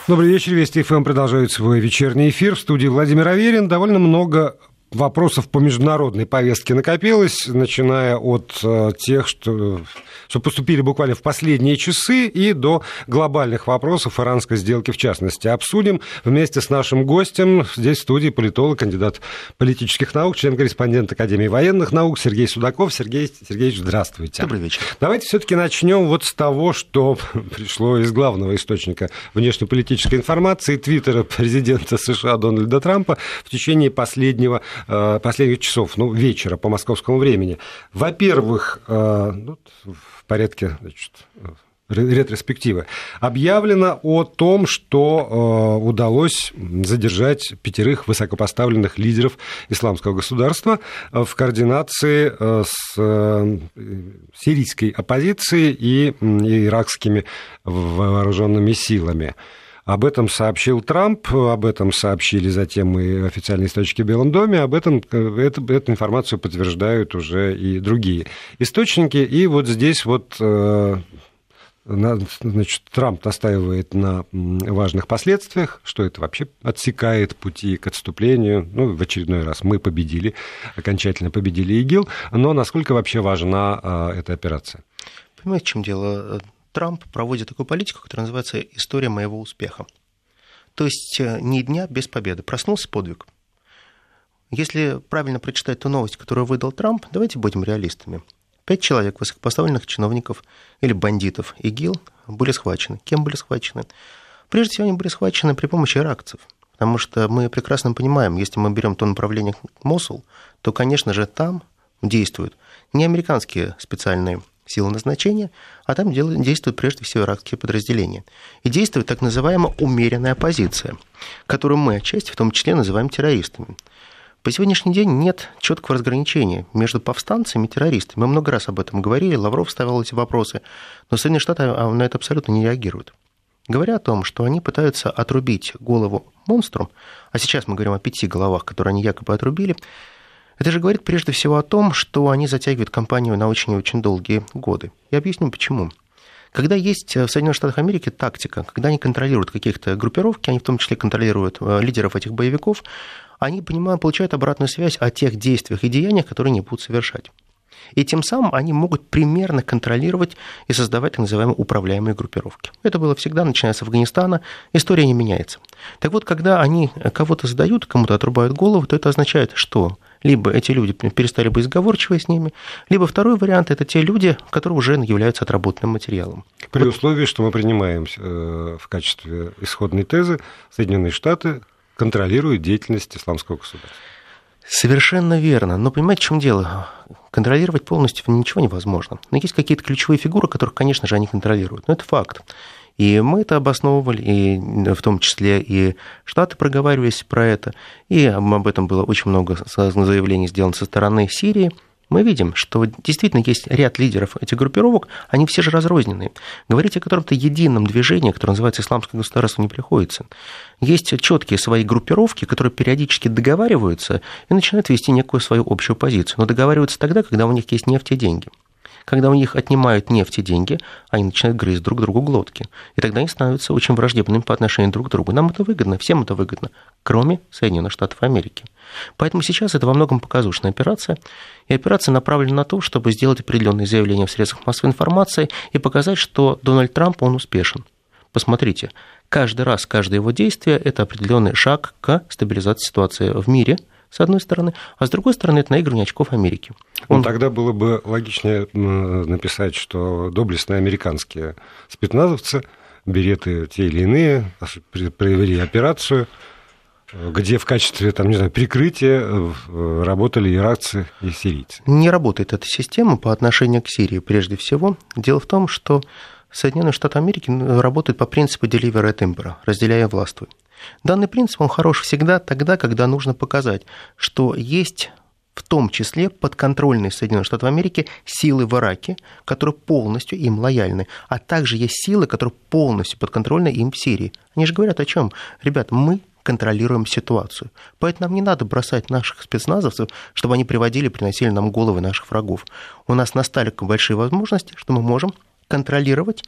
Добрый вечер. Вести ФМ продолжает свой вечерний эфир. В студии Владимир Аверин. Довольно много вопросов по международной повестке накопилось, начиная от тех, что поступили буквально в последние часы, и до глобальных вопросов иранской сделки в частности. Обсудим вместе с нашим гостем. Здесь в студии политолог, кандидат политических наук, член-корреспондент Академии военных наук Сергей Судаков. Сергей Сергеевич, здравствуйте. Добрый вечер. Давайте все-таки начнем вот с того, что пришло из главного источника внешнеполитической информации, твиттера президента США Дональда Трампа в течение последних часов, вечера по московскому времени. Во-первых, в порядке, ретроспективы, объявлено о том, что удалось задержать 5 высокопоставленных лидеров исламского государства в координации с сирийской оппозицией и иракскими вооруженными силами. Об этом сообщил Трамп, об этом сообщили затем и официальные источники в Белом доме, эту информацию подтверждают уже и другие источники. И вот здесь Трамп настаивает на важных последствиях, что это вообще отсекает пути к отступлению. В очередной раз мы победили, окончательно победили ИГИЛ, но насколько вообще важна эта операция? Понимаете, в чем дело? Трамп проводит такую политику, которая называется «История моего успеха». То есть ни дня без победы. Проснулся подвиг. Если правильно прочитать ту новость, которую выдал Трамп, давайте будем реалистами. 5 человек, высокопоставленных чиновников или бандитов ИГИЛ, были схвачены. Кем были схвачены? Прежде всего, они были схвачены при помощи иракцев. Потому что мы прекрасно понимаем, если мы берем то направление Мосул, то, конечно же, там действуют не американские специальные силы назначения, а там действуют прежде всего иракские подразделения. И действует так называемая умеренная оппозиция, которую мы отчасти в том числе называем террористами. По сегодняшний день нет четкого разграничения между повстанцами и террористами. Мы много раз об этом говорили, Лавров ставил эти вопросы, но Соединенные Штаты на это абсолютно не реагируют. Говоря о том, что они пытаются отрубить голову монстру, а сейчас мы говорим о 5 головах, которые они якобы отрубили, это же говорит прежде всего о том, что они затягивают кампанию на очень и очень долгие годы. Я объясню, почему. Когда есть в Соединенных Штатах Америки тактика, когда они контролируют каких-то группировки, они в том числе контролируют лидеров этих боевиков, они, получают обратную связь о тех действиях и деяниях, которые они будут совершать. И тем самым они могут примерно контролировать и создавать так называемые управляемые группировки. Это было всегда, начиная с Афганистана, история не меняется. Так вот, когда они кого-то сдают, кому-то отрубают голову, то это означает, что либо эти люди перестали быть сговорчивы с ними, либо второй вариант – это те люди, которые уже являются отработанным материалом. При условии, что мы принимаем в качестве исходной тезы, Соединенные Штаты контролируют деятельность исламского государства. Совершенно верно. Но понимаете, в чем дело? Контролировать полностью ничего невозможно. Но есть какие-то ключевые фигуры, которых, конечно же, они контролируют. Но это факт. И мы это обосновывали, и в том числе и Штаты проговаривались про это, и об этом было очень много заявлений сделано со стороны Сирии. Мы видим, что действительно есть ряд лидеров этих группировок, они все же разрозненные. Говорить о каком-то едином движении, которое называется исламское государство, не приходится. Есть четкие свои группировки, которые периодически договариваются и начинают вести некую свою общую позицию. Но договариваются тогда, когда у них есть нефть и деньги. Когда у них отнимают нефть и деньги, они начинают грызть друг другу глотки. И тогда они становятся очень враждебными по отношению друг к другу. Нам это выгодно, всем это выгодно, кроме Соединенных Штатов Америки. Поэтому сейчас это во многом показушная операция. И операция направлена на то, чтобы сделать определенные заявления в средствах массовой информации и показать, что Дональд Трамп, он успешен. Посмотрите, каждый раз, каждое его действие – это определенный шаг к стабилизации ситуации в мире, с одной стороны, а с другой стороны, это наигрывание очков Америки. Тогда было бы логичнее написать, что доблестные американские спецназовцы, береты те или иные, провели операцию, где в качестве прикрытия работали иракцы и сирийцы. Не работает эта система по отношению к Сирии прежде всего. Дело в том, что Соединенные Штаты Америки работают по принципу «deliver et impera», разделяя властвуй. Данный принцип, он хорош всегда тогда, когда нужно показать, что есть в том числе подконтрольные Соединенных Штатов Америки силы в Ираке, которые полностью им лояльны, а также есть силы, которые полностью подконтрольны им в Сирии. Они же говорят о чем? Ребята, мы контролируем ситуацию. Поэтому нам не надо бросать наших спецназовцев, чтобы они приносили нам головы наших врагов. У нас настолько большие возможности, что мы можем контролировать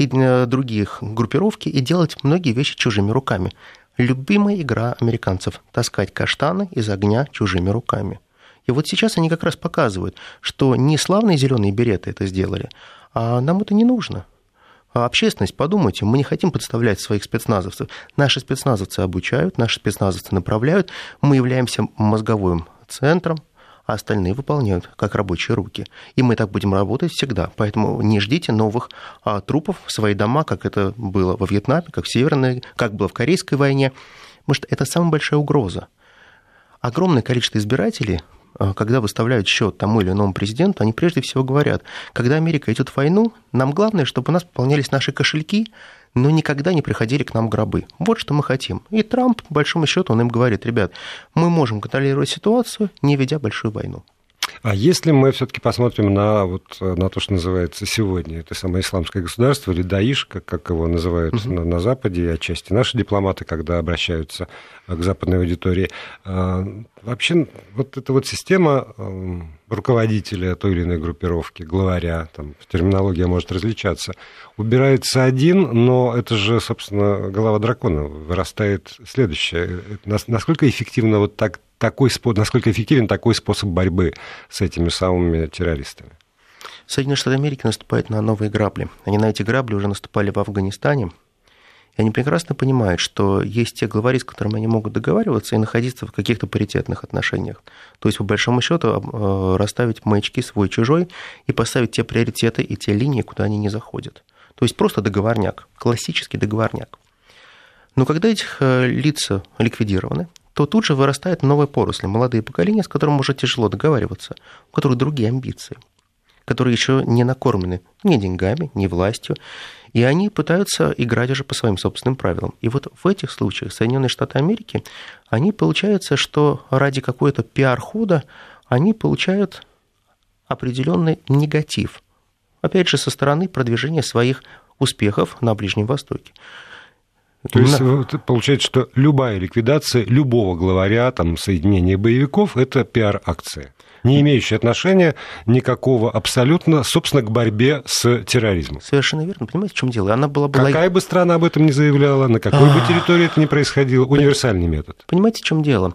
и других группировки и делать многие вещи чужими руками. Любимая игра американцев – таскать каштаны из огня чужими руками. И вот сейчас они как раз показывают, что не славные зеленые береты это сделали, а нам это не нужно. А общественность, подумайте, мы не хотим подставлять своих спецназовцев. Наши спецназовцы обучают, наши спецназовцы направляют, мы являемся мозговым центром, а остальные выполняют как рабочие руки. И мы так будем работать всегда. Поэтому не ждите новых трупов в свои дома, как это было во Вьетнаме, как в Северной, как было в Корейской войне. Потому что это самая большая угроза. Огромное количество избирателей, когда выставляют счет тому или иному президенту, они прежде всего говорят, когда Америка идет в войну, нам главное, чтобы у нас пополнялись наши кошельки, но никогда не приходили к нам гробы. Вот что мы хотим. И Трамп, по большому счету, он им говорит: ребят, мы можем контролировать ситуацию, не ведя большую войну. А если мы все-таки посмотрим на то, что называется сегодня, это самое исламское государство, или Даиш, как его называют на Западе, и отчасти наши дипломаты, когда обращаются к западной аудитории, вообще вот эта вот система руководителя той или иной группировки, главаря, там терминология может различаться, убирается один, но это же, собственно, голова дракона, вырастает следующее. Насколько эффективно насколько эффективен такой способ борьбы с этими самыми террористами? Соединенные Штаты Америки наступают на новые грабли. Они на эти грабли уже наступали в Афганистане. И они прекрасно понимают, что есть те главари, с которыми они могут договариваться и находиться в каких-то паритетных отношениях. То есть, по большому счету, расставить маячки свой-чужой и поставить те приоритеты и те линии, куда они не заходят. То есть просто договорняк, классический договорняк. Но когда этих лица ликвидированы, то тут же вырастает новая поросль, молодые поколения, с которыми уже тяжело договариваться, у которых другие амбиции, которые еще не накормлены ни деньгами, ни властью, и они пытаются играть уже по своим собственным правилам. И вот в этих случаях Соединенные Штаты Америки, они получается, что ради какой-то пиар-хода они получают определенный негатив, опять же, со стороны продвижения своих успехов на Ближнем Востоке. То есть получается, что любая ликвидация любого главаря, там, соединения боевиков – это пиар-акция, не имеющая отношения никакого абсолютно, собственно, к борьбе с терроризмом. Совершенно верно. Понимаете, в чем дело? Она была Какая бы страна об этом ни заявляла, на какой бы территории это ни происходило, универсальный метод. Понимаете, в чем дело?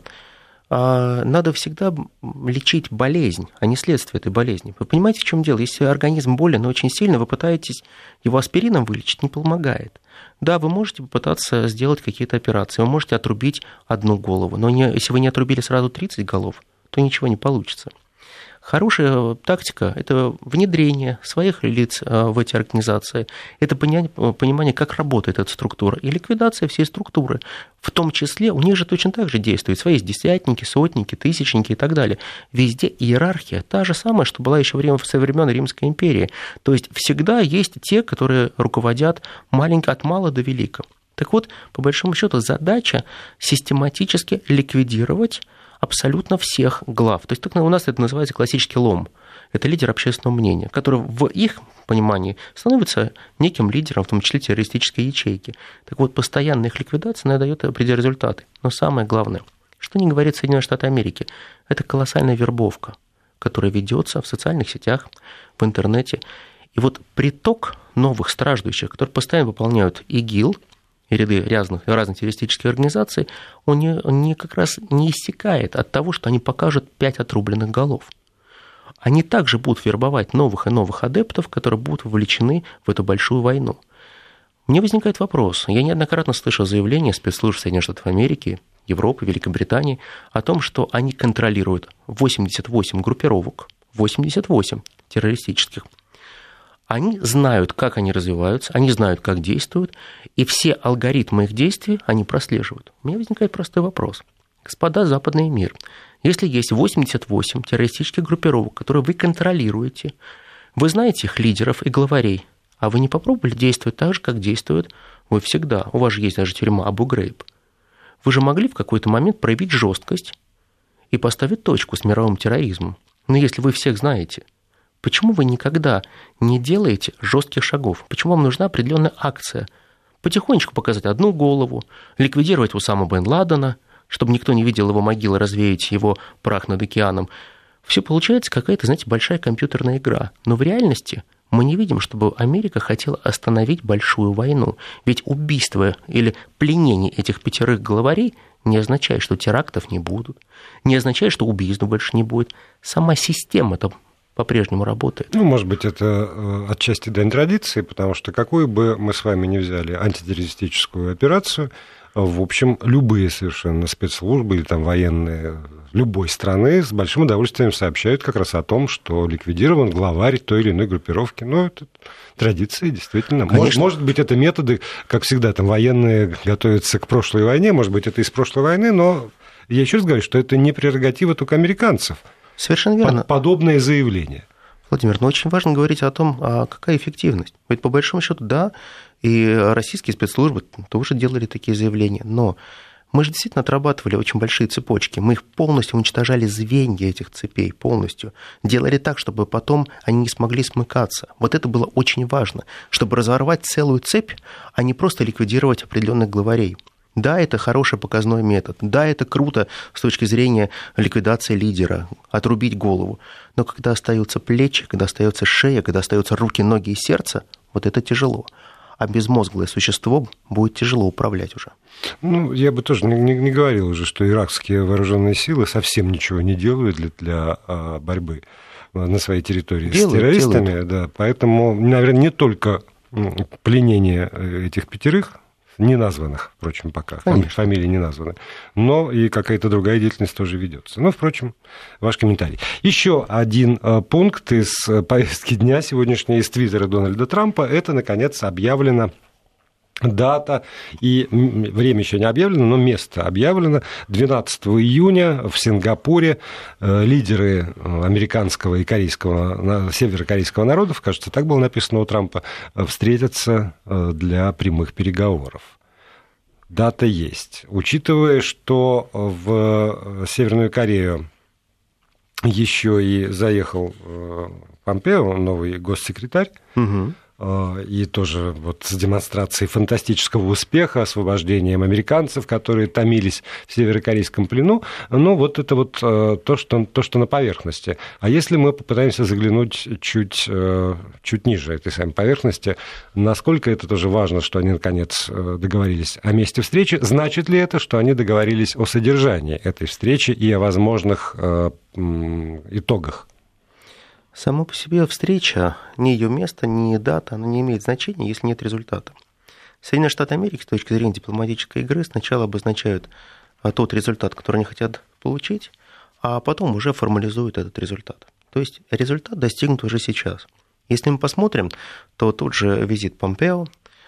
Надо всегда лечить болезнь, а не следствие этой болезни. Вы понимаете, в чем дело? Если организм болен очень сильно, вы пытаетесь его аспирином вылечить, не помогает. Да, вы можете попытаться сделать какие-то операции, вы можете отрубить одну голову, но если вы не отрубили сразу 30 голов, то ничего не получится. Хорошая тактика – это внедрение своих лиц в эти организации, это понимание, как работает эта структура, и ликвидация всей структуры. В том числе у них же точно так же действуют свои десятники, сотники, тысячники и так далее. Везде иерархия та же самая, что была еще со времен Римской империи. То есть всегда есть те, которые руководят от мала до велика. Так вот, по большому счету, задача систематически ликвидировать абсолютно всех глав. То есть у нас это называется классический лом. Это лидер общественного мнения, который в их понимании становится неким лидером, в том числе террористической ячейки. Так вот, постоянная их ликвидация, она дает определенные результаты. Но самое главное, что не говорит Соединенные Штаты Америки, это колоссальная вербовка, которая ведется в социальных сетях, в интернете. И вот приток новых страждущих, которые постоянно выполняют ИГИЛ, и ряды разных террористических организаций, он как раз не иссякает от того, что они покажут 5 отрубленных голов. Они также будут вербовать новых и новых адептов, которые будут вовлечены в эту большую войну. Мне возникает вопрос. Я неоднократно слышал заявления спецслужб Соединенных Штатов Америки, Европы, Великобритании о том, что они контролируют 88 группировок, 88 террористических. Они знают, как они развиваются, они знают, как действуют, и все алгоритмы их действий они прослеживают. У меня возникает простой вопрос. Господа, западный мир, если есть 88 террористических группировок, которые вы контролируете, вы знаете их лидеров и главарей, а вы не попробовали действовать так же, как действуют вы всегда? У вас же есть даже тюрьма Абу-Грейб. Вы же могли в какой-то момент проявить жесткость и поставить точку с мировым терроризмом. Но если вы всех знаете, почему вы никогда не делаете жестких шагов? Почему вам нужна определенная акция? Потихонечку показать одну голову, ликвидировать Усаму бен Ладена, чтобы никто не видел его могилы, развеять его прах над океаном. Все получается какая-то, знаете, большая компьютерная игра. Но в реальности Мы не видим, чтобы Америка хотела остановить большую войну. Ведь убийство или пленение этих 5 главарей не означает, что терактов не будут, не означает, что убийств больше не будет. Сама система-то по-прежнему работает. Может быть, это отчасти дань традиции, потому что какую бы мы с вами ни взяли антитеррористическую операцию, в общем, любые совершенно спецслужбы или там военные любой страны с большим удовольствием сообщают как раз о том, что ликвидирован главарь той или иной группировки. Это традиция, действительно. Может быть, это методы, как всегда, там военные готовятся к прошлой войне, может быть, это из прошлой войны, но я еще раз говорю, что это не прерогатива только американцев. Совершенно верно. Подобное заявление. Владимир, очень важно говорить о том, какая эффективность. Ведь по большому счету, да, и российские спецслужбы тоже делали такие заявления, но мы же действительно отрабатывали очень большие цепочки, мы их полностью уничтожали, звенья этих цепей полностью, делали так, чтобы потом они не смогли смыкаться. Вот это было очень важно, чтобы разорвать целую цепь, а не просто ликвидировать определенных главарей. Да, это хороший показной метод, да, это круто с точки зрения ликвидации лидера, отрубить голову, но когда остаются плечи, когда остается шея, когда остаются руки, ноги и сердце, вот это тяжело. А безмозглое существо будет тяжело управлять уже. Я бы тоже не говорил уже, что иракские вооруженные силы совсем ничего не делают для борьбы на своей территории с террористами. Делают. Да, поэтому, наверное, не только пленение этих 5, неназванных, впрочем, пока, фамилии не названы, но и какая-то другая деятельность тоже ведется. Впрочем, ваш комментарий. Еще один пункт из повестки дня сегодняшней из твиттера Дональда Трампа, это, наконец, объявлена дата, и время еще не объявлено, но место объявлено. 12 июня в Сингапуре лидеры американского и корейского, северокорейского народов, кажется, так было написано у Трампа, встретятся для прямых переговоров. Дата есть. Учитывая, что в Северную Корею еще и заехал Помпео, новый госсекретарь, и тоже с демонстрацией фантастического успеха, освобождением американцев, которые томились в северокорейском плену. Это то, что на поверхности. А если мы попытаемся заглянуть чуть ниже этой самой поверхности, насколько это тоже важно, что они, наконец, договорились о месте встречи, значит ли это, что они договорились о содержании этой встречи и о возможных итогах? Сама по себе встреча, ни ее место, ни дата, она не имеет значения, если нет результата. Соединенные Штаты Америки с точки зрения дипломатической игры сначала обозначают тот результат, который они хотят получить, а потом уже формализуют этот результат. То есть результат достигнут уже сейчас. Если мы посмотрим, то тот же визит Помпео,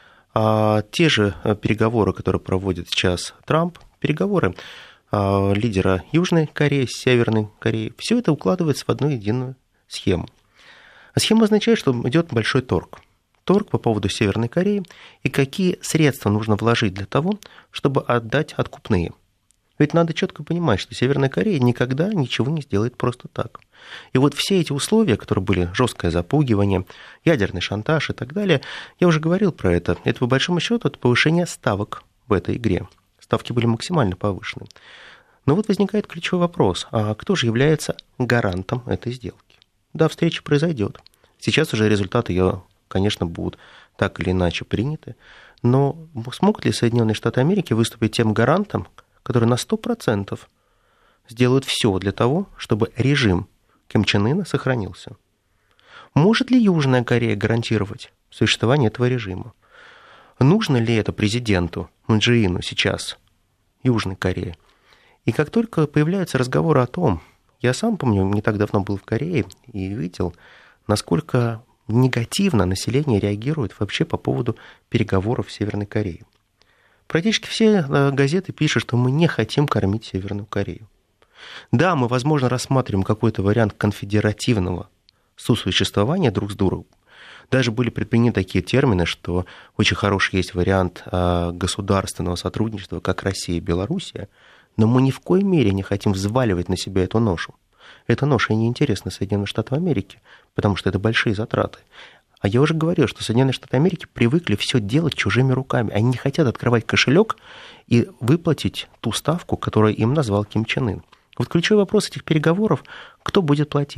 те же переговоры, которые проводит сейчас Трамп, переговоры лидера Южной Кореи с Северной Кореей, все это укладывается в одну единую схему. Схема означает, что идет большой торг. Торг по поводу Северной Кореи и какие средства нужно вложить для того, чтобы отдать откупные. Ведь надо четко понимать, что Северная Корея никогда ничего не сделает просто так. И все эти условия, которые были жесткое запугивание, ядерный шантаж и так далее, я уже говорил про это. Это по большому счету это повышение ставок в этой игре. Ставки были максимально повышены. Но возникает ключевой вопрос, а кто же является гарантом этой сделки? Да, встреча произойдет. Сейчас уже результаты ее, конечно, будут так или иначе приняты. Но смогут ли Соединенные Штаты Америки выступить тем гарантом, который на 100% сделают все для того, чтобы режим Ким Чен Ына сохранился? Может ли Южная Корея гарантировать существование этого режима? Нужно ли это президенту Мун Чжэ Ыну сейчас, Южной Кореи? И как только появляются разговоры о том, я сам помню, не так давно был в Корее и видел, насколько негативно население реагирует вообще по поводу переговоров в Северной Корее. Практически все газеты пишут, что мы не хотим кормить Северную Корею. Да, мы, возможно, рассматриваем какой-то вариант конфедеративного сосуществования друг с другом. Даже были предприняты такие термины, что очень хороший есть вариант государственного сотрудничества, как Россия и Белоруссия, но мы ни в коей мере не хотим взваливать на себя эту ношу. Эта ноша не интересна Соединенным Штатам Америки, потому что это большие затраты. А я уже говорил, что Соединенные Штаты Америки привыкли все делать чужими руками. Они не хотят открывать кошелек и выплатить ту ставку, которую им назвал Ким Чен Ын. Ключевой вопрос этих переговоров – кто будет платить?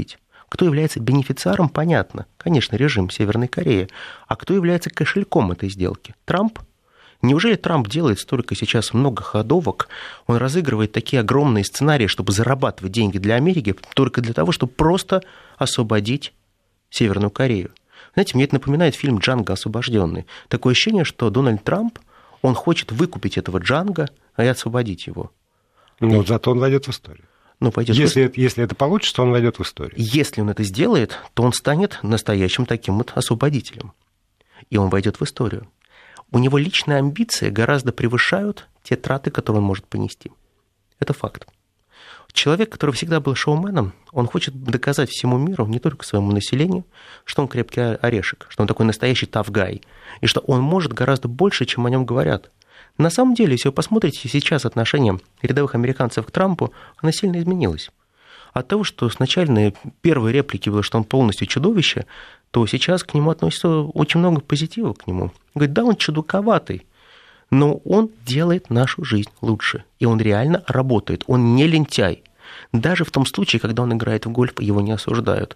Кто является бенефициаром, понятно. Конечно, режим Северной Кореи. А кто является кошельком этой сделки? Трамп? Неужели Трамп делает столько сейчас многоходовок, он разыгрывает такие огромные сценарии, чтобы зарабатывать деньги для Америки, только для того, чтобы просто освободить Северную Корею? Знаете, мне это напоминает фильм «Джанго освобожденный». Такое ощущение, что Дональд Трамп, он хочет выкупить этого Джанго и освободить его. Но зато он войдет в историю. Если это получится, он войдет в историю. Если он это сделает, то он станет настоящим таким вот освободителем. И он войдет в историю. У него личные амбиции гораздо превышают те траты, которые он может понести. Это факт. Человек, который всегда был шоуменом, он хочет доказать всему миру, не только своему населению, что он крепкий орешек, что он такой настоящий tough guy, и что он может гораздо больше, чем о нем говорят. На самом деле, если вы посмотрите сейчас отношение рядовых американцев к Трампу, оно сильно изменилось. От того, что сначала первые реплики было, что он полностью чудовище, то сейчас к нему относится очень много позитива к нему. Говорит, да, он чудаковатый, но он делает нашу жизнь лучше. И он реально работает, он не лентяй. Даже в том случае, когда он играет в гольф, его не осуждают.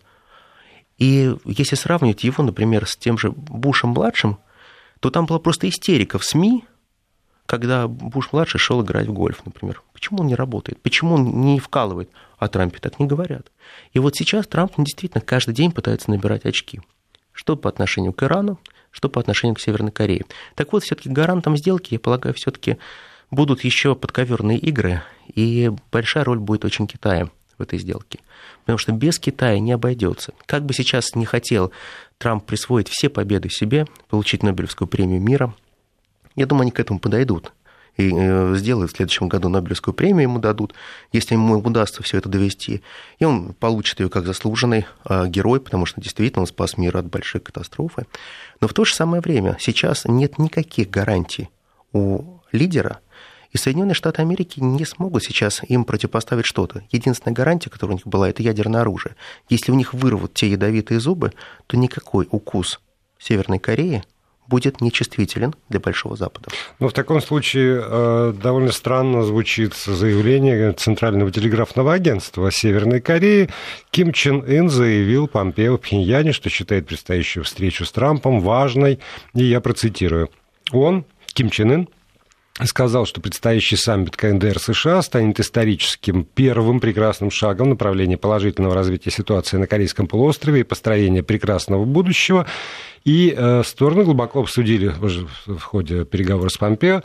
И если сравнивать его, например, с тем же Бушем-младшим, то там была просто истерика в СМИ, когда Буш-младший шел играть в гольф, например. Почему он не работает? Почему он не вкалывает? О Трампе так не говорят. И вот сейчас Трамп действительно каждый день пытается набирать очки. Что по отношению к Ирану, что по отношению к Северной Корее. Так вот, все-таки гарантом сделки, я полагаю, все-таки будут еще подковерные игры, и большая роль будет очень Китая в этой сделке. Потому что без Китая не обойдется. Как бы сейчас не хотел Трамп присвоить все победы себе, получить Нобелевскую премию мира, я думаю, они к этому подойдут. И сделают в следующем году Нобелевскую премию, ему дадут, если ему удастся все это довести. И он получит ее как заслуженный герой, потому что действительно он спас мир от большой катастрофы. Но в то же самое время сейчас нет никаких гарантий у лидера, и Соединенные Штаты Америки не смогут сейчас им противопоставить что-то. Единственная гарантия, которая у них была, это ядерное оружие. Если у них вырвут те ядовитые зубы, то никакой укус Северной Кореи будет нечувствителен для Большого Запада. Но в таком случае довольно странно звучит заявление Центрального телеграфного агентства Северной Кореи. Ким Чен Ын заявил Помпео в Пхеньяне, что считает предстоящую встречу с Трампом важной, и я процитирую. Он, Ким Чен Ын, сказал, что предстоящий саммит КНДР США станет историческим первым прекрасным шагом в направлении положительного развития ситуации на Корейском полуострове и построения прекрасного будущего. И стороны глубоко обсудили уже в ходе переговоров с Помпео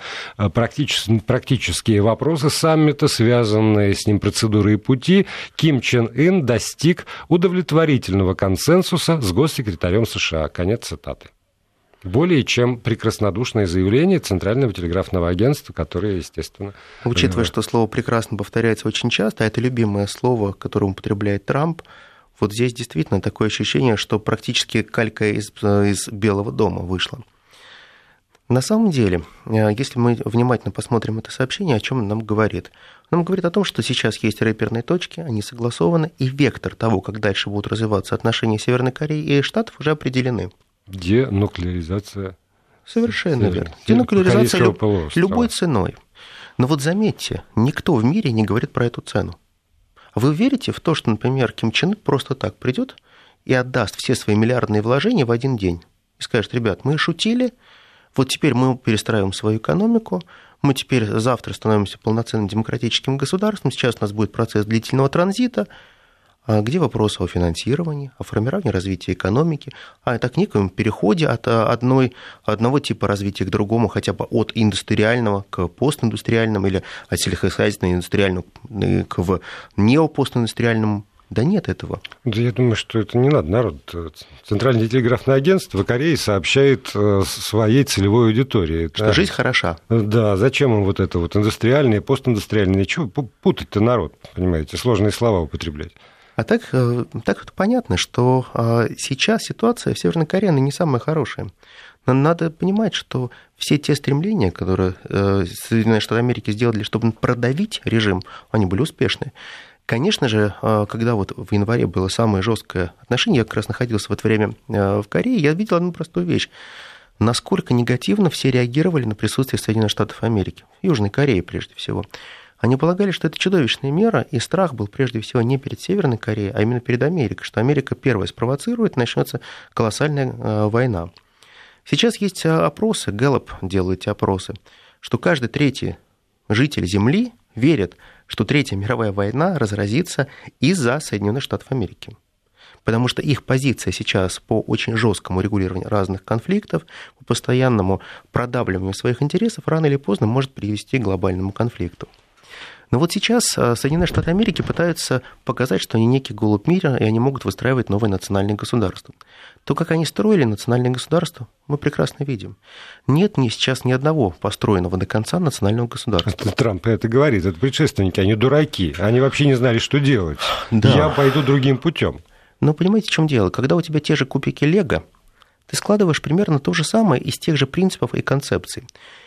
практические вопросы саммита, связанные с ним процедуры и пути. Ким Чен Ын достиг удовлетворительного консенсуса с госсекретарем США. Конец цитаты. Более чем прекраснодушное заявление Центрального телеграфного агентства, которое, естественно... Учитывая, что слово «прекрасно» повторяется очень часто, а это любимое слово, которое употребляет Трамп, вот здесь действительно такое ощущение, что практически калька из Белого дома вышла. На самом деле, если мы внимательно посмотрим это сообщение, о чем оно нам говорит? Оно говорит о том, что сейчас есть рэперные точки, они согласованы, и вектор того, как дальше будут развиваться отношения Северной Кореи и Штатов, уже определены. Денуклеаризация. Совершенно верно. Денуклеаризация любой ценой. Но вот заметьте, никто в мире не говорит про эту цену. Вы верите в то, что, например, Ким Чен Ын просто так придет и отдаст все свои миллиардные вложения в один день и скажет: ребят, мы шутили, вот теперь мы перестраиваем свою экономику, мы теперь завтра становимся полноценным демократическим государством, сейчас у нас будет процесс длительного транзита, где вопросы о финансировании, о формировании развития экономики, о так неком переходе от одного типа развития к другому, хотя бы от индустриального к постиндустриальному или от сельскохозяйственного индустриального к неопостиндустриальному. Да нет этого. Да я думаю, что это не надо. Народ. Центральное телеграфное агентство Кореи сообщает своей целевой аудитории. Что жизнь хороша. Да, зачем им вот это вот индустриальное, постиндустриальное? Чего путать-то народ, понимаете, сложные слова употреблять. А так это понятно, что сейчас ситуация в Северной Корее не самая хорошая. Но надо понимать, что все те стремления, которые Соединенные Штаты Америки сделали, чтобы продавить режим, они были успешны. Конечно же, когда вот в январе было самое жесткое отношение, я как раз находился в это время в Корее, я видел одну простую вещь. Насколько негативно все реагировали на присутствие Соединенных Штатов Америки, в Южной Корее прежде всего. Они полагали, что это чудовищная мера, и страх был прежде всего не перед Северной Кореей, а именно перед Америкой, что Америка первая спровоцирует, начнется колоссальная война. Сейчас есть опросы, Гэллоп делает эти опросы, что каждый третий житель Земли верит, что Третья мировая война разразится из-за Соединенных Штатов Америки. Потому что их позиция сейчас по очень жесткому регулированию разных конфликтов, по постоянному продавливанию своих интересов рано или поздно может привести к глобальному конфликту. Но вот сейчас Соединенные Штаты Америки пытаются показать, что они некий голубь мира, и они могут выстраивать новые национальные государства. То, как они строили национальные государства, мы прекрасно видим. Нет сейчас ни одного построенного до конца национального государства. Трамп это говорит, это предшественники, они дураки, они вообще не знали, что делать. Да. Я пойду другим путем. Но понимаете, в чем дело? Когда у тебя те же кубики Лего, ты складываешь примерно то же самое из тех же принципов и концепций.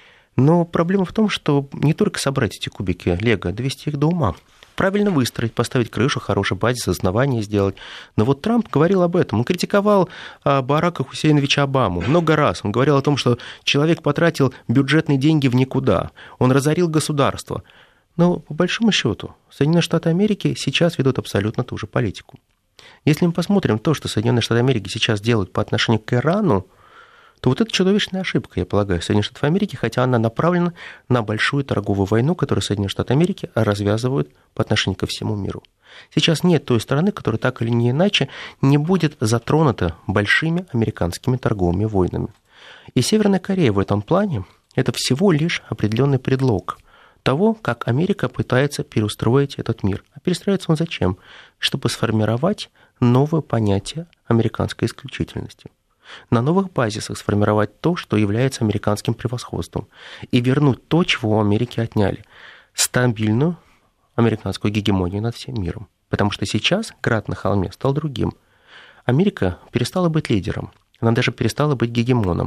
Но проблема в том, что не только собрать эти кубики Лего, довести их до ума. Правильно выстроить, поставить крышу, хороший базис, основание сделать. Но вот Трамп говорил об этом. Он критиковал Барака Хусейновича Обаму много раз. Он говорил о том, что человек потратил бюджетные деньги в никуда. Он разорил государство. Но по большому счету Соединенные Штаты Америки сейчас ведут абсолютно ту же политику. Если мы посмотрим то, что Соединенные Штаты Америки сейчас делают по отношению к Ирану, то вот это чудовищная ошибка, я полагаю, Соединенных Штатов Америки, хотя она направлена на большую торговую войну, которую Соединенные Штаты Америки развязывают по отношению ко всему миру. Сейчас нет той страны, которая так или иначе не будет затронута большими американскими торговыми войнами. И Северная Корея в этом плане – это всего лишь определенный предлог того, как Америка пытается переустроить этот мир. А перестраивается он зачем? Чтобы сформировать новое понятие американской исключительности. На новых базисах сформировать то, что является американским превосходством, и вернуть то, чего у Америки отняли – стабильную американскую гегемонию над всем миром. Потому что сейчас град на холме стал другим. Америка перестала быть лидером, она даже перестала быть гегемоном.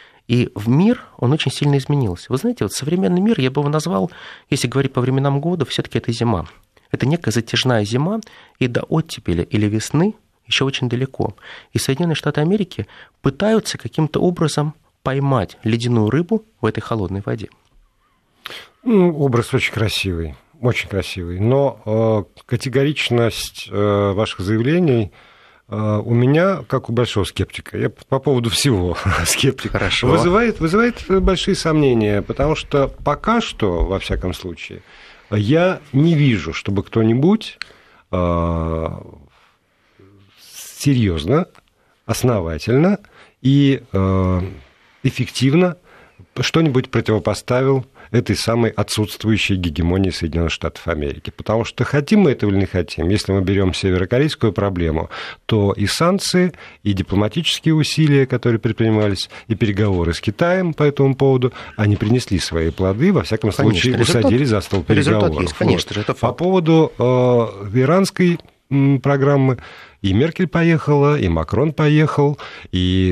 И в мир он очень сильно изменился. Вы знаете, вот современный мир я бы его назвал, если говорить по временам года, все-таки это зима. Это некая затяжная зима, и до оттепели или весны еще очень далеко. И Соединенные Штаты Америки пытаются каким-то образом поймать ледяную рыбу в этой холодной воде. Образ очень красивый, но категоричность ваших заявлений у меня, как у большого скептика, я по поводу всего скептик, вызывает большие сомнения, потому что пока что, во всяком случае, я не вижу, чтобы кто-нибудь серьезно, основательно и эффективно что-нибудь противопоставил этой самой отсутствующей гегемонии Соединенных Штатов Америки. Потому что хотим мы этого или не хотим, если мы берем северокорейскую проблему, то и санкции, и дипломатические усилия, которые предпринимались, и переговоры с Китаем по этому поводу, они принесли свои плоды, во всяком случае, усадили за стол переговоров. Есть, конечно же, это факт. По поводу иранской программы и Меркель поехала, и Макрон поехал, и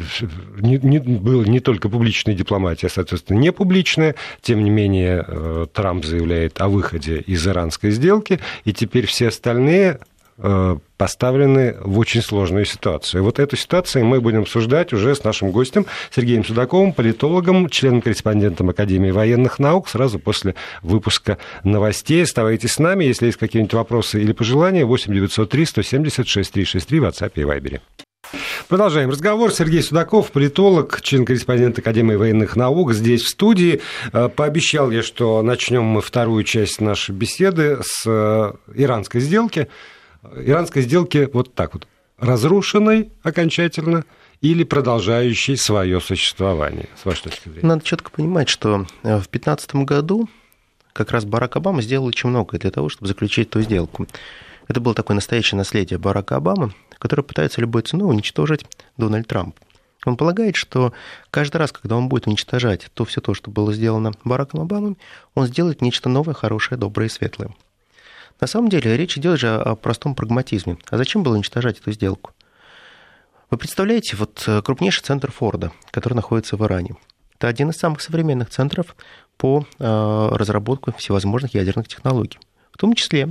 была не только публичная дипломатия, а, соответственно, не публичная. Тем не менее, Трамп заявляет о выходе из иранской сделки, и теперь все остальные поставлены в очень сложную ситуацию. И вот эту ситуацию мы будем обсуждать уже с нашим гостем Сергеем Судаковым, политологом, членом-корреспондентом Академии военных наук, сразу после выпуска новостей. Оставайтесь с нами. Если есть какие-нибудь вопросы или пожелания, 8-903-170-6363 в WhatsApp и Viber. Продолжаем разговор. Сергей Судаков, политолог, член-корреспондент Академии военных наук, здесь в студии. Пообещал я, что начнем мы вторую часть нашей беседы с иранской сделки. Иранской сделки вот так вот, разрушенной окончательно или продолжающей свое существование, с вашей точки зрения? Надо четко понимать, что в 2015 году как раз Барак Обама сделал очень многое для того, чтобы заключить эту сделку. Это было такое настоящее наследие Барака Обамы, который пытается любой ценой уничтожить Дональд Трамп. Он полагает, что каждый раз, когда он будет уничтожать все то, что было сделано Бараком Обамой, он сделает нечто новое, хорошее, доброе и светлое. На самом деле речь идет же о простом прагматизме. А зачем было уничтожать эту сделку? Вы представляете, вот крупнейший центр Форда, который находится в Иране. Это один из самых современных центров по разработке всевозможных ядерных технологий. В том числе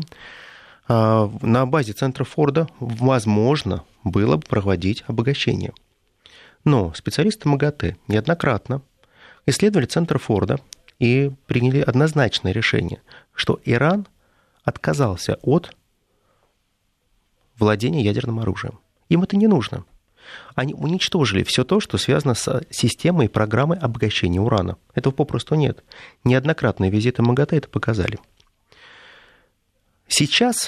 на базе центра Форда возможно было бы проводить обогащение. Но специалисты МАГАТЭ неоднократно исследовали центр Форда и приняли однозначное решение, что Иран отказался от владения ядерным оружием. Им это не нужно. Они уничтожили все то, что связано с системой и программой обогащения урана. Этого попросту нет. Неоднократные визиты МАГАТЭ это показали. Сейчас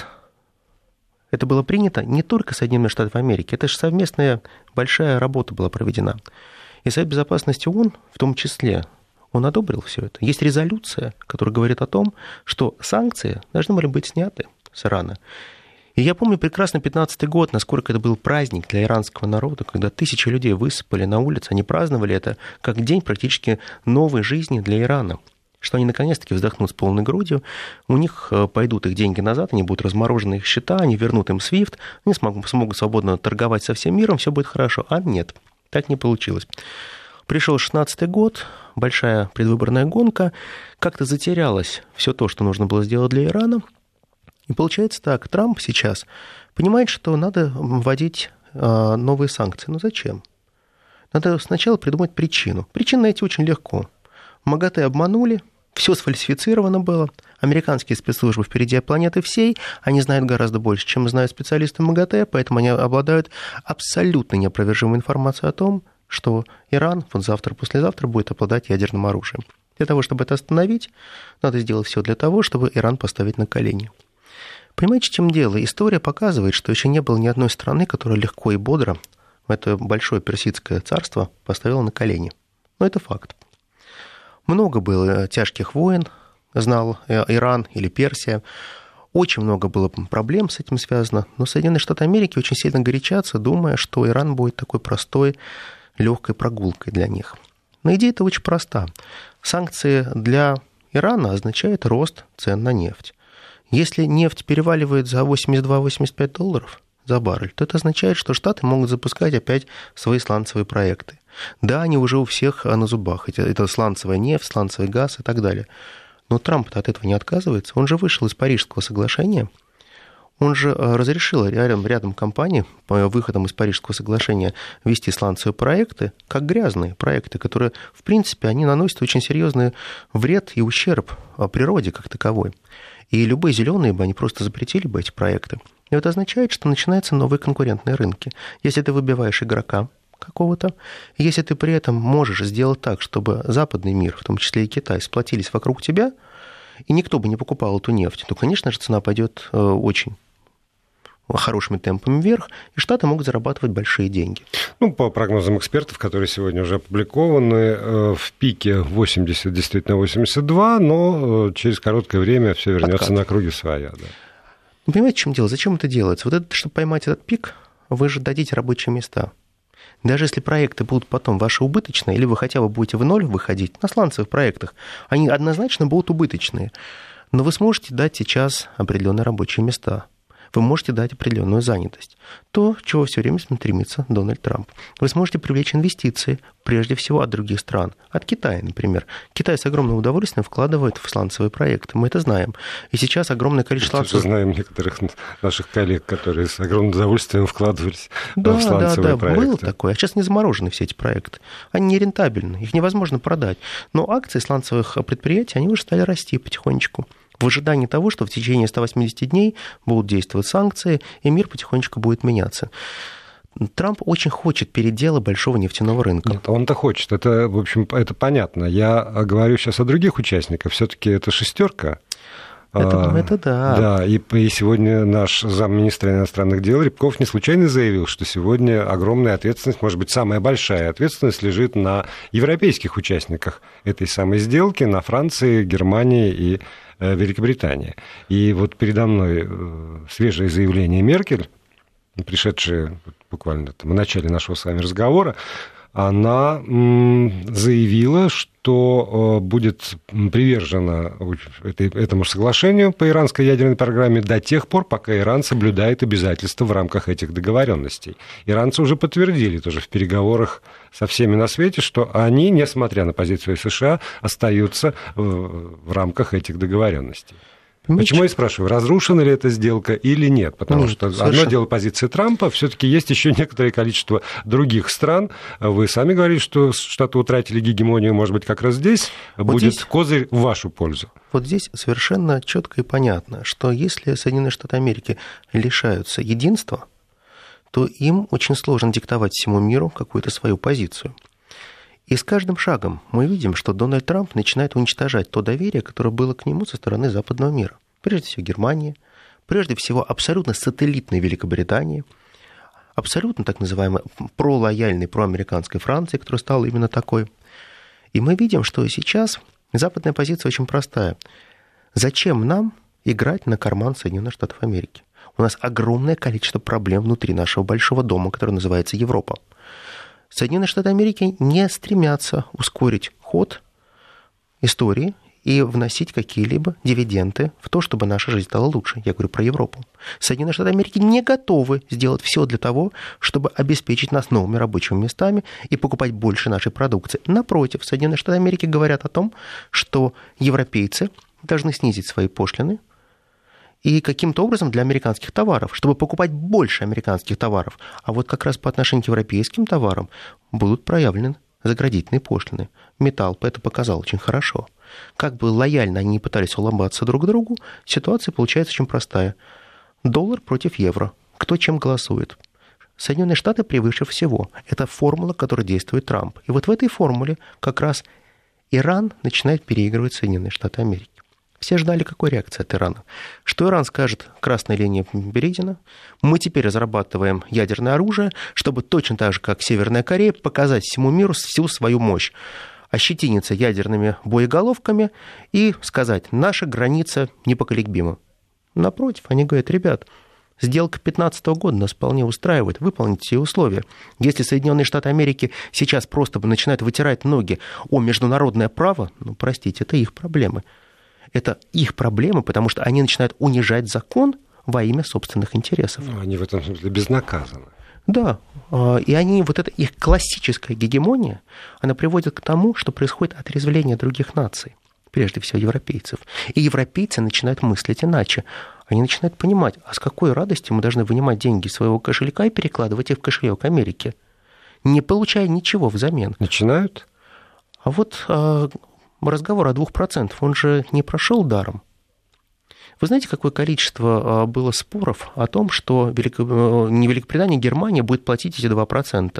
это было принято не только Соединенных Штатов Америки, это же совместная большая работа была проведена. И Совет Безопасности ООН в том числе, он одобрил все это. Есть резолюция, которая говорит о том, что санкции должны были быть сняты с Ирана. И я помню прекрасно 15-й год, насколько это был праздник для иранского народа, когда тысячи людей высыпали на улицы, они праздновали это как день практически новой жизни для Ирана, что они наконец-таки вздохнут с полной грудью, у них пойдут их деньги назад, они будут разморожены их счета, они вернут им SWIFT, они смогут свободно торговать со всем миром, все будет хорошо. А нет, так не получилось. Пришел 16-й год, большая предвыборная гонка, как-то затерялось все то, что нужно было сделать для Ирана. И получается так, Трамп сейчас понимает, что надо вводить новые санкции. Но зачем? Надо сначала придумать причину. Причину найти очень легко. МАГАТЭ обманули, все сфальсифицировано было, американские спецслужбы впереди планеты всей, они знают гораздо больше, чем знают специалисты МАГАТЭ, поэтому они обладают абсолютно неопровержимой информацией о том, что Иран вот завтра-послезавтра будет обладать ядерным оружием. Для того, чтобы это остановить, надо сделать все для того, чтобы Иран поставить на колени. Понимаете, в чем дело? История показывает, что еще не было ни одной страны, которая легко и бодро это большое персидское царство поставила на колени. Но это факт. Много было тяжких войн, знал Иран или Персия. Очень много было проблем с этим связано. Но Соединенные Штаты Америки очень сильно горячатся, думая, что Иран будет такой простой, легкой прогулкой для них. Но идея-то очень проста. Санкции для Ирана означают рост цен на нефть. Если нефть переваливает за $82-85 за баррель, то это означает, что Штаты могут запускать опять свои сланцевые проекты. Да, они уже у всех на зубах. Это сланцевая нефть, сланцевый газ и так далее. Но Трамп-то от этого не отказывается. Он же вышел из Парижского соглашения. Он же разрешил рядом компаний по выходам из Парижского соглашения вести сланцевые проекты, как грязные проекты, которые, в принципе, они наносят очень серьезный вред и ущерб природе как таковой. И любые зеленые бы, они просто запретили бы эти проекты. И это означает, что начинаются новые конкурентные рынки. Если ты выбиваешь игрока какого-то, если ты при этом можешь сделать так, чтобы западный мир, в том числе и Китай, сплотились вокруг тебя, и никто бы не покупал эту нефть, то, конечно же, цена пойдет очень хорошими темпами вверх, и Штаты могут зарабатывать большие деньги. Ну, по прогнозам экспертов, которые сегодня уже опубликованы, в пике 80, действительно 82, но через короткое время все вернется на круги своя. Да. Вы понимаете, в чем дело? Зачем это делается? Вот это, чтобы поймать этот пик, вы же дадите рабочие места. Даже если проекты будут потом ваши убыточные, или вы хотя бы будете в ноль выходить на сланцевых проектах, они однозначно будут убыточные. Но вы сможете дать сейчас определенные рабочие места. Вы можете дать определенную занятость. То, чего все время стремится Дональд Трамп. Вы сможете привлечь инвестиции, прежде всего от других стран. От Китая, например. Китай с огромным удовольствием вкладывает в сланцевые проекты. Мы это знаем. И сейчас огромное количество... Мы знаем некоторых наших коллег, которые с огромным удовольствием вкладывались в сланцевые проекты. Да, было такое. А сейчас не заморожены все эти проекты. Они нерентабельны. Их невозможно продать. Но акции сланцевых предприятий, они уже стали расти потихонечку. В ожидании того, что в течение 180 дней будут действовать санкции, и мир потихонечку будет меняться. Трамп очень хочет передела большого нефтяного рынка. Нет, он-то хочет. Это, в общем, это понятно. Я говорю сейчас о других участниках. Все-таки это шестерка. Это да. Да, и сегодня наш замминистра иностранных дел Рябков не случайно заявил, что сегодня огромная ответственность, может быть, самая большая ответственность лежит на европейских участниках этой самой сделки, на Франции, Германии и Великобритании. И вот передо мной свежее заявление Меркель, пришедшее буквально в начале нашего с вами разговора, она заявила, что будет привержена этому соглашению по иранской ядерной программе до тех пор, пока Иран соблюдает обязательства в рамках этих договоренностей. Иранцы уже подтвердили тоже в переговорах со всеми на свете, что они, несмотря на позицию США, остаются в рамках этих договоренностей. Почему я спрашиваю, разрушена ли эта сделка или нет? Потому что одно дело позиция Трампа, все-таки есть еще некоторое количество других стран. Вы сами говорите, что Штаты утратили гегемонию, может быть, как раз здесь будет козырь в вашу пользу. Вот здесь совершенно четко и понятно, что если Соединенные Штаты Америки лишаются единства, то им очень сложно диктовать всему миру какую-то свою позицию. И с каждым шагом мы видим, что Дональд Трамп начинает уничтожать то доверие, которое было к нему со стороны западного мира. Прежде всего Германии, прежде всего абсолютно сателлитной Великобритании, абсолютно так называемой пролояльной, проамериканской Франции, которая стала именно такой. И мы видим, что сейчас западная позиция очень простая. Зачем нам играть на карман Соединенных Штатов Америки? У нас огромное количество проблем внутри нашего большого дома, который называется Европа. Соединенные Штаты Америки не стремятся ускорить ход истории и вносить какие-либо дивиденды в то, чтобы наша жизнь стала лучше. Я говорю про Европу. Соединенные Штаты Америки не готовы сделать все для того, чтобы обеспечить нас новыми рабочими местами и покупать больше нашей продукции. Напротив, Соединенные Штаты Америки говорят о том, что европейцы должны снизить свои пошлины и каким-то образом для американских товаров, чтобы покупать больше американских товаров. А вот как раз по отношению к европейским товарам будут проявлены заградительные пошлины. Металл это показал очень хорошо. Как бы лояльно они ни пытались улыбаться друг другу, ситуация получается очень простая. Доллар против евро. Кто чем голосует? Соединенные Штаты превыше всего. Это формула, которой действует Трамп. И вот в этой формуле как раз Иран начинает переигрывать Соединенные Штаты Америки. Все ждали, какой реакции от Ирана. Что Иран скажет: красная линия перейдена, мы теперь разрабатываем ядерное оружие, чтобы точно так же, как Северная Корея, показать всему миру всю свою мощь, ощетиниться ядерными боеголовками и сказать: наша граница непоколебима. Напротив, они говорят: ребят, сделка 2015 года нас вполне устраивает, выполните все условия. Если Соединенные Штаты Америки сейчас просто начинают вытирать ноги о международное право, простите, это их проблемы. Это их проблемы, потому что они начинают унижать закон во имя собственных интересов. Они в этом смысле безнаказаны. Да, и они, вот эта их классическая гегемония, она приводит к тому, что происходит отрезвление других наций, прежде всего европейцев. И европейцы начинают мыслить иначе. Они начинают понимать, а с какой радостью мы должны вынимать деньги из своего кошелька и перекладывать их в кошелек Америки, не получая ничего взамен. Начинают? А вот разговор о 2%, он же не прошел даром. Вы знаете, какое количество было споров о том, что не Великобритания, а Германия будет платить эти 2%?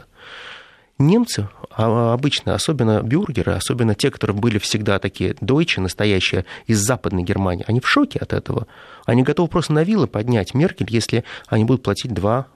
Немцы обычно, особенно бюргеры, особенно те, которые были всегда такие дойче, настоящие, из Западной Германии, они в шоке от этого. Они готовы просто на вилы поднять Меркель, если они будут платить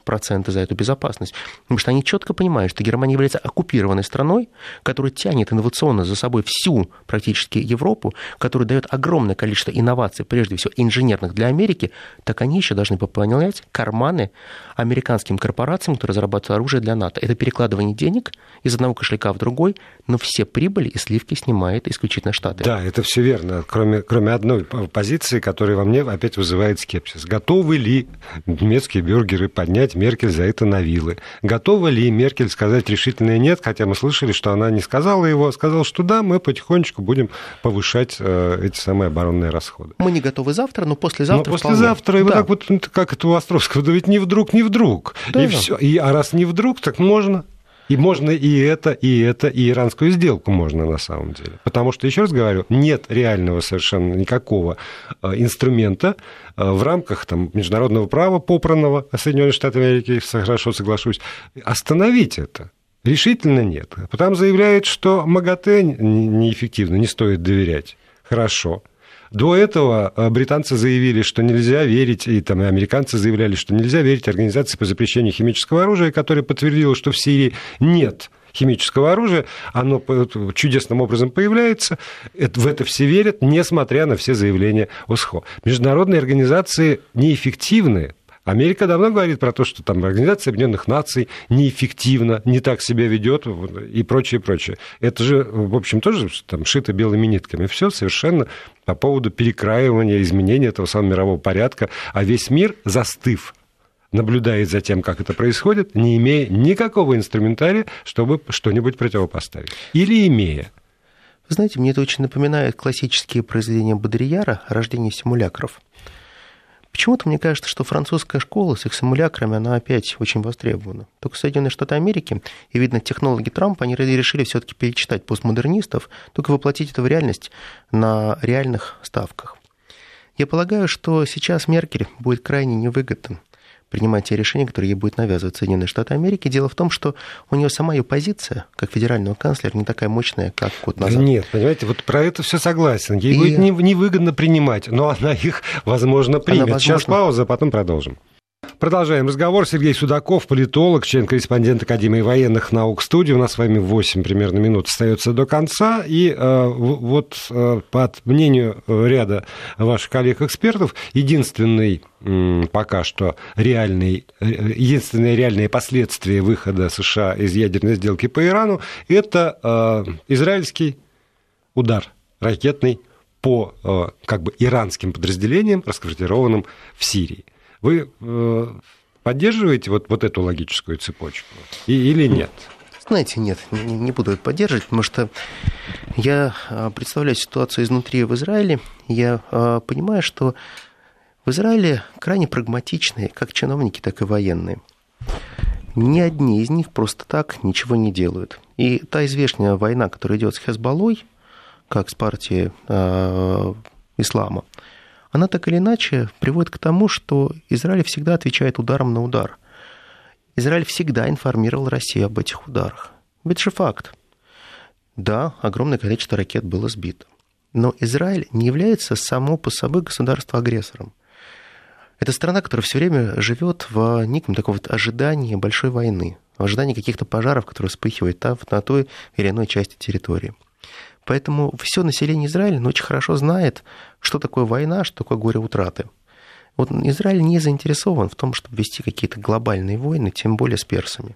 2% за эту безопасность. Потому что они четко понимают, что Германия является оккупированной страной, которая тянет инновационно за собой всю практически Европу, которая дает огромное количество инноваций, прежде всего инженерных для Америки, так они еще должны пополнять карманы американским корпорациям, которые разрабатывают оружие для НАТО. Это перекладывание денег из одного кошелька в другой, но все прибыли и сливки снимает исключительно Штаты. Да, это все верно, кроме одной позиции, которая во мне опять вызывает скепсис. Готовы ли немецкие бюргеры поднять Меркель за это на вилы? Готова ли Меркель сказать решительное нет, хотя мы слышали, что она не сказала его, сказала, что да, мы потихонечку будем повышать эти самые оборонные расходы. Мы не готовы завтра, но послезавтра. Но послезавтра, и вот так вот, как это у Островского, да ведь не вдруг, не вдруг. Да. И все. А раз не вдруг, так можно. И можно и это, и иранскую сделку можно на самом деле. Потому что, еще раз говорю, нет реального совершенно никакого инструмента в рамках там, международного права, попранного Соединенных Штатов Америки, хорошо соглашусь, остановить это. Решительно нет. Потом заявляют, что МАГАТЭ неэффективно, не стоит доверять. Хорошо. До этого британцы заявили, что нельзя верить, и там и американцы заявляли, что нельзя верить организации по запрещению химического оружия, которая подтвердила, что в Сирии нет химического оружия, оно чудесным образом появляется, в это все верят, несмотря на все заявления ОСХО. Международные организации неэффективны. Америка давно говорит про то, что там Организация Объединенных Наций неэффективно, не так себя ведет и прочее, прочее. Это же, в общем, тоже там шито белыми нитками. Все совершенно по поводу перекраивания, изменения этого самого мирового порядка. А весь мир, застыв, наблюдает за тем, как это происходит, не имея никакого инструментария, чтобы что-нибудь противопоставить. Или имея. Знаете, мне это очень напоминает классические произведения Бодрияра о рождении симулякров. Почему-то мне кажется, что французская школа с их симулякрами, она опять очень востребована. Только Соединенные Штаты Америки, и, видно, технологи Трампа, они решили все-таки перечитать постмодернистов, только воплотить это в реальность на реальных ставках. Я полагаю, что сейчас Меркель будет крайне невыгодно принимать те решения, которые ей будет навязывать Соединенные Штаты Америки. Дело в том, что у нее сама ее позиция, как федерального канцлера, не такая мощная, как год назад. Нет, понимаете, вот про это все согласен. Ей будет невыгодно принимать, но она их, возможно, примет. Сейчас пауза, а потом продолжим. Продолжаем разговор. Сергей Судаков, политолог, член-корреспондент Академии военных наук студии. У нас с вами 8 примерно минут остается до конца. И вот по мнению ряда ваших коллег-экспертов, единственные реальные последствия выхода США из ядерной сделки по Ирану – это израильский удар ракетный по как бы иранским подразделениям, расквартированным в Сирии. Вы поддерживаете вот эту логическую цепочку или нет? Знаете, нет, не буду это поддерживать, потому что я представляю ситуацию изнутри в Израиле, я понимаю, что в Израиле крайне прагматичные, как чиновники, так и военные. Ни одни из них просто так ничего не делают. И та извечная война, которая идет с Хезболлой, как с партией ислама, она так или иначе приводит к тому, что Израиль всегда отвечает ударом на удар. Израиль всегда информировал Россию об этих ударах. Ведь же факт. Да, огромное количество ракет было сбито. Но Израиль не является само по себе государством-агрессором. Это страна, которая все время живет в неком таком вот ожидании большой войны, в ожидании каких-то пожаров, которые вспыхивают на той или иной части территории. Поэтому все население Израиля очень хорошо знает, что такое война, что такое горе утраты. Вот Израиль не заинтересован в том, чтобы вести какие-то глобальные войны, тем более с персами.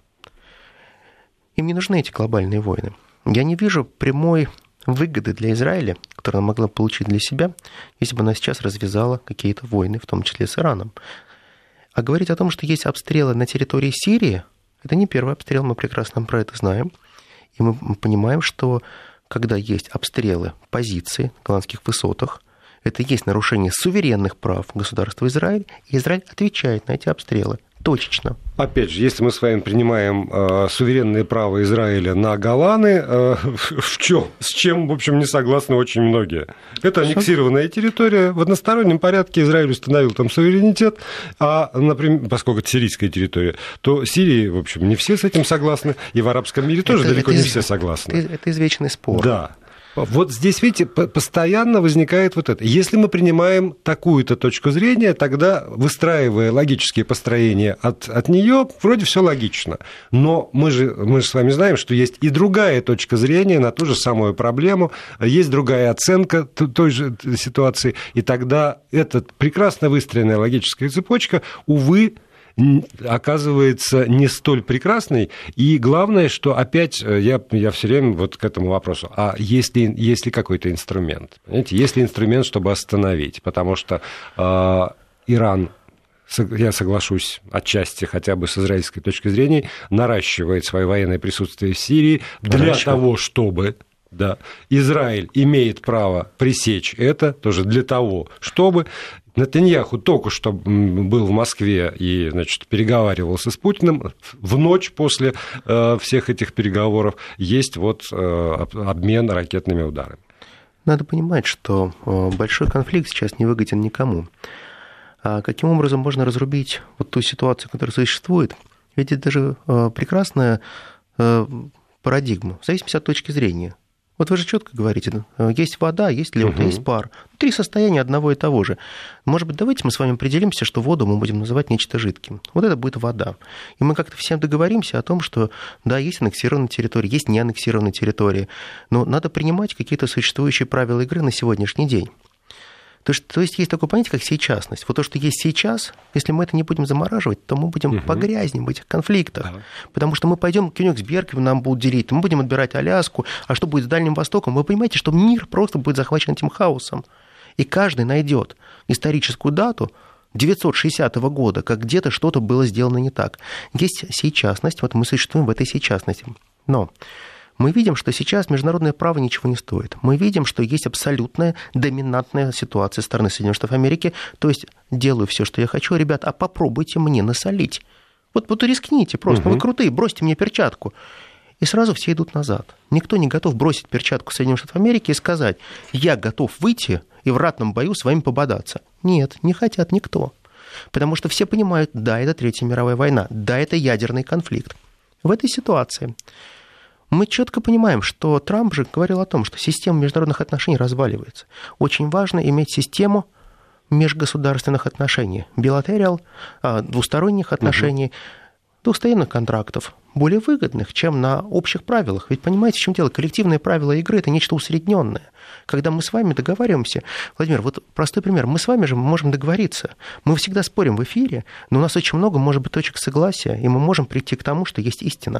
Им не нужны эти глобальные войны. Я не вижу прямой выгоды для Израиля, которую она могла получить для себя, если бы она сейчас развязала какие-то войны, в том числе с Ираном. А говорить о том, что есть обстрелы на территории Сирии, это не первый обстрел, мы прекрасно про это знаем. И мы понимаем, что когда есть обстрелы позиций на Голландских высотах, это и есть нарушение суверенных прав государства Израиль, и Израиль отвечает на эти обстрелы точечно. Опять же, если мы с вами принимаем суверенные права Израиля на Голаны, с чем, в общем, не согласны очень многие. Это аннексированная территория. В одностороннем порядке Израиль установил там суверенитет, а, например, поскольку это сирийская территория, то Сирии, в общем, не все с этим согласны, и в арабском мире тоже далеко не все согласны. Это извечный спор. Да. Вот здесь, видите, постоянно возникает вот это. Если мы принимаем такую-то точку зрения, тогда, выстраивая логические построения от нее, вроде все логично. Но мы же с вами знаем, что есть и другая точка зрения на ту же самую проблему, есть другая оценка той же ситуации, и тогда эта прекрасно выстроенная логическая цепочка, увы, оказывается не столь прекрасной. И главное, что опять я все время вот к этому вопросу, а есть ли какой-то инструмент? Понимаете, есть ли инструмент, чтобы остановить? Потому что Иран, я соглашусь отчасти хотя бы с израильской точки зрения, наращивает свое военное присутствие в Сирии для того, чтобы... Да, Израиль имеет право пресечь это тоже для того, чтобы... Нетаньяху только что был в Москве и, значит, переговаривался с Путиным. В ночь после всех этих переговоров есть вот обмен ракетными ударами. Надо понимать, что большой конфликт сейчас не выгоден никому. А каким образом можно разрубить вот ту ситуацию, которая существует? Ведь это даже прекрасная парадигма, в зависимости от точки зрения. Вот вы же четко говорите, есть вода, есть лед, есть пар. Три состояния одного и того же. Может быть, давайте мы с вами определимся, что воду мы будем называть нечто жидким. Вот это будет вода. И мы как-то всем договоримся о том, что да, есть аннексированные территории, есть неаннексированные территории, но надо принимать какие-то существующие правила игры на сегодняшний день. То есть есть такое понятие, как сейчасность. Вот то, что есть сейчас, если мы это не будем замораживать, то мы будем погрязнем в этих конфликтах. Потому что мы пойдем к Кёнигсбергу, нам будут делить, мы будем отбирать Аляску, а что будет с Дальним Востоком? Вы понимаете, что мир просто будет захвачен этим хаосом. И каждый найдет историческую дату 960 года, как где-то что-то было сделано не так. Есть сейчасность, вот мы существуем в этой сейчасности. Но Мы видим, что сейчас международное право ничего не стоит. Мы видим, что есть абсолютная доминантная ситуация со стороны Соединенных Штатов Америки. То есть делаю все, что я хочу. Ребят, а попробуйте мне насолить. Вот рискните просто. Вы крутые, бросьте мне перчатку. И сразу все идут назад. Никто не готов бросить перчатку Соединенных Штатов Америки и сказать, я готов выйти и в ратном бою с вами пободаться. Нет, не хотят никто. Потому что все понимают, да, это Третья мировая война, да, это ядерный конфликт. В этой ситуации мы четко понимаем, что Трамп же говорил о том, что система международных отношений разваливается. Очень важно иметь систему межгосударственных отношений, bilateral, двусторонних отношений, двусторонних контрактов, более выгодных, чем на общих правилах. Ведь понимаете, в чем дело? Коллективные правила игры – это нечто усредненное. Когда мы с вами договариваемся, Владимир, вот простой пример, мы с вами же можем договориться. Мы всегда спорим в эфире, но у нас очень много может быть точек согласия, и мы можем прийти к тому, что есть истина.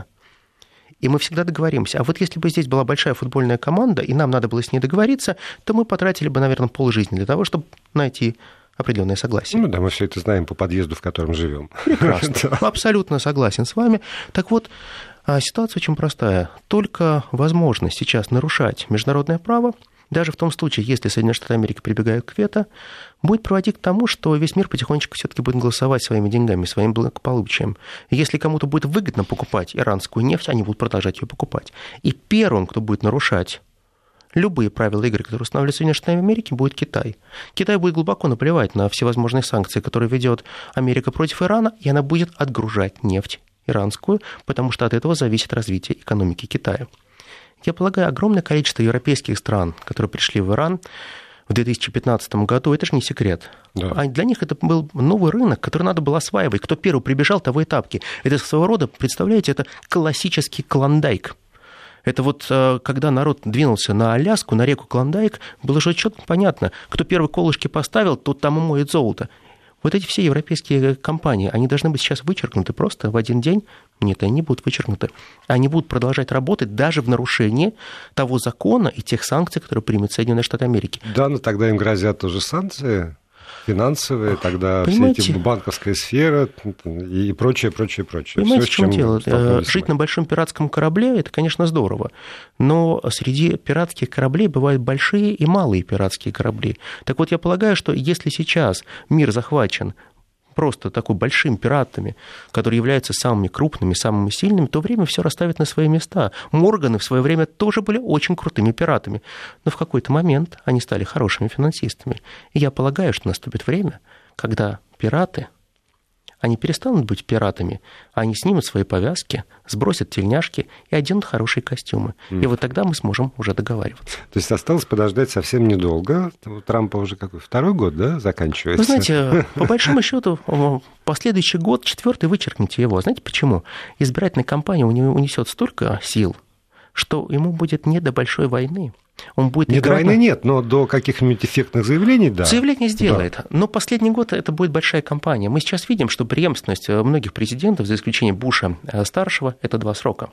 И мы всегда договоримся. А вот если бы здесь была большая футбольная команда, и нам надо было с ней договориться, то мы потратили бы, наверное, полжизни для того, чтобы найти определенное согласие. Ну да, мы все это знаем по подъезду, в котором живем. Прекрасно. Абсолютно согласен с вами. Так вот, ситуация очень простая. Только возможность сейчас нарушать международное право, даже в том случае, если Соединенные Штаты Америки прибегают к вето, будет приводить к тому, что весь мир потихонечку все-таки будет голосовать своими деньгами, своим благополучием. Если кому-то будет выгодно покупать иранскую нефть, они будут продолжать ее покупать. И первым, кто будет нарушать любые правила игры, которые устанавливают Соединенные Штаты Америки, будет Китай. Китай будет глубоко наплевать на всевозможные санкции, которые ведет Америка против Ирана, и она будет отгружать нефть иранскую, потому что от этого зависит развитие экономики Китая. Я полагаю, огромное количество европейских стран, которые пришли в Иран в 2015 году, это же не секрет. Да. А для них это был новый рынок, который надо было осваивать. Кто первый прибежал, того и тапки. Это своего рода, представляете, это классический клондайк. Это вот когда народ двинулся на Аляску, на реку Клондайк, было же четко понятно, кто первый колышки поставил, тот там и моет золото. Вот эти все европейские компании, они должны быть сейчас вычеркнуты просто в один день. Нет, они не будут вычеркнуты. Они будут продолжать работать даже в нарушении того закона и тех санкций, которые примут Соединенные Штаты Америки. Да, но тогда им грозят тоже санкции финансовые, тогда понимаете, все эти банковская сфера и прочее. Понимаете, в чем дело? Жить на большом пиратском корабле – это, конечно, здорово, но среди пиратских кораблей бывают большие и малые пиратские корабли. Так вот, я полагаю, что если сейчас мир захвачен просто такой большими пиратами, которые являются самыми крупными, самыми сильными, то время все расставит на свои места. Морганы в свое время тоже были очень крутыми пиратами, но в какой-то момент они стали хорошими финансистами. И я полагаю, что наступит время, когда пираты, они перестанут быть пиратами, они снимут свои повязки, сбросят тельняшки и оденут хорошие костюмы. И вот тогда мы сможем уже договариваться. То есть осталось подождать совсем недолго. У Трампа уже какой? Второй год, да, заканчивается? Вы знаете, по большому счету, последующий год, четвертый, вычеркните его. Знаете почему? Избирательная кампания у него унесет столько сил, что ему будет не до большой войны. Он будет не до войны нет, но до каких-нибудь эффектных заявлений, да. Заявление сделает, да. Но последний год это будет большая кампания. Мы сейчас видим, что преемственность многих президентов, за исключением Буша-старшего, это 2 срока.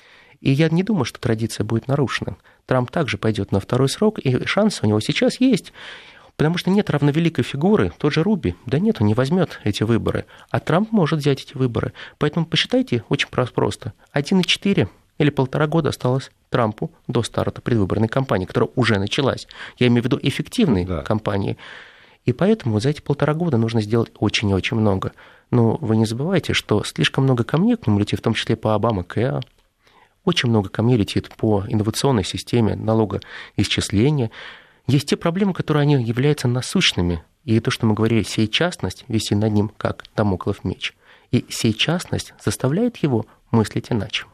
И я не думаю, что традиция будет нарушена. Трамп также пойдет на 2-й срок, и шансы у него сейчас есть. Потому что нет равновеликой фигуры, тот же Руби, да нет, он не возьмет эти выборы, а Трамп может взять эти выборы. Поэтому посчитайте очень просто. 1,4 или 1,5 года осталось Трампу до старта предвыборной кампании, которая уже началась. Я имею в виду эффективной кампании. И поэтому за эти 1,5 года нужно сделать очень и очень много. Но вы не забывайте, что слишком много камней к нему летит, в том числе по Обама-Кэа. Очень много камней летит по инновационной системе налогоисчисления. Есть те проблемы, которые они являются насущными. И то, что мы говорили, сейчастность висит над ним, как дамоклов меч. И сейчастность заставляет его мыслить иначе.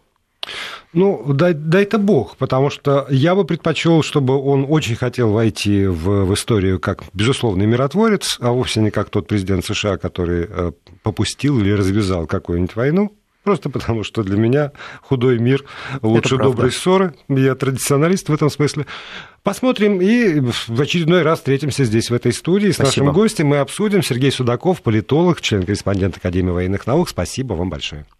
Ну, дай-то бог, потому что я бы предпочел, чтобы он очень хотел войти в историю как безусловный миротворец, а вовсе не как тот президент США, который попустил или развязал какую-нибудь войну. Просто потому, что для меня худой мир лучше доброй ссоры. Я традиционалист в этом смысле. Посмотрим и в очередной раз встретимся здесь, в этой студии. С нашим гостем мы обсудим. Сергей Судаков, политолог, член-корреспондент Академии военных наук. Спасибо вам большое.